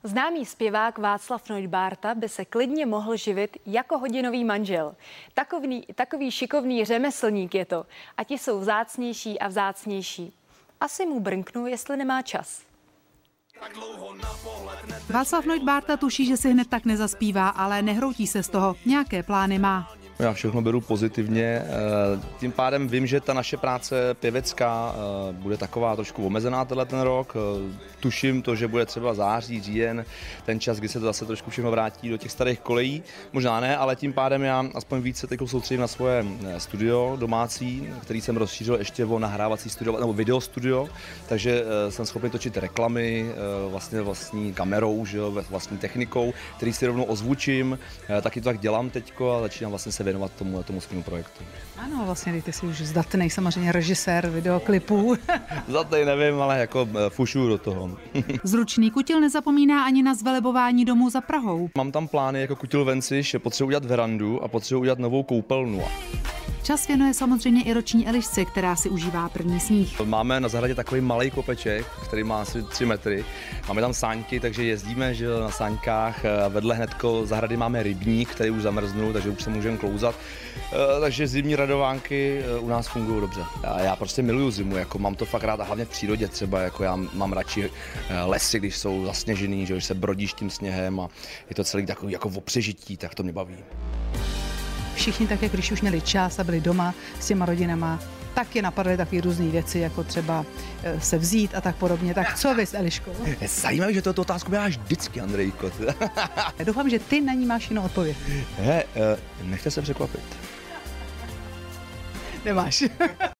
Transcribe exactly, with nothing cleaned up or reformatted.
Známý zpěvák Václav Neubárta by se klidně mohl živit jako hodinový manžel. Takový, takový šikovný řemeslník je to. A ti jsou vzácnější a vzácnější. Asi mu brnknu, jestli nemá čas. Václav Neubárta tuší, že si hned tak nezaspívá, ale nehroutí se z toho. Nějaké plány má. Já všechno beru pozitivně, tím pádem vím, že ta naše práce pěvecká bude taková trošku omezená tenhle ten rok. Tuším to, že bude třeba září, říjen, ten čas, kdy se to zase trošku všechno vrátí do těch starých kolejí. Možná ne, ale tím pádem já aspoň více teď soustředím na svoje studio domácí, který jsem rozšířil ještě o nahrávací studio nebo video studio, takže jsem schopný točit reklamy vlastně vlastní kamerou, že jo, vlastní technikou, který si rovnou ozvučím, taky to tak dělám teďko a začínám vlastně se věnovat tomu, tomu svému projektu. Ano, vlastně ty jsi už zdatnej, samozřejmě režisér videoklipů. Zdatnej nevím, ale jako fušuju do toho. Zručný Kutil nezapomíná ani na zvelebování domů za Prahou. Mám tam plány jako Kutil-Venci, že potřebuji udělat verandu a potřebuji udělat novou koupelnu. Čas věnuje samozřejmě i roční Elišce, která si užívá první sníh. Máme na zahradě takový malý kopeček, který má asi tři metry. Máme tam sáňky, takže jezdíme že na sáňkách. Vedle hnedko zahrady máme rybník, který už zamrznul, takže už se můžeme klouzat. Takže zimní radovánky u nás fungují dobře. Já prostě miluju zimu, jako mám to fakt rád a hlavně v přírodě třeba, jako já mám radši lesy, když jsou zasněžený, že když se brodíš tím sněhem a je to celý takový jako o přežití, tak to mě baví. Všichni tak, jak když už měli čas a byli doma s těma rodinama, tak je napadly takové různé věci, jako třeba se vzít a tak podobně. Tak co vy s Eliškou? Je zajímavé, že tuto otázku máš vždycky, Andrejko. Doufám, že ty na ní máš jinou odpověď. He, nechte se překvapit. Nemáš.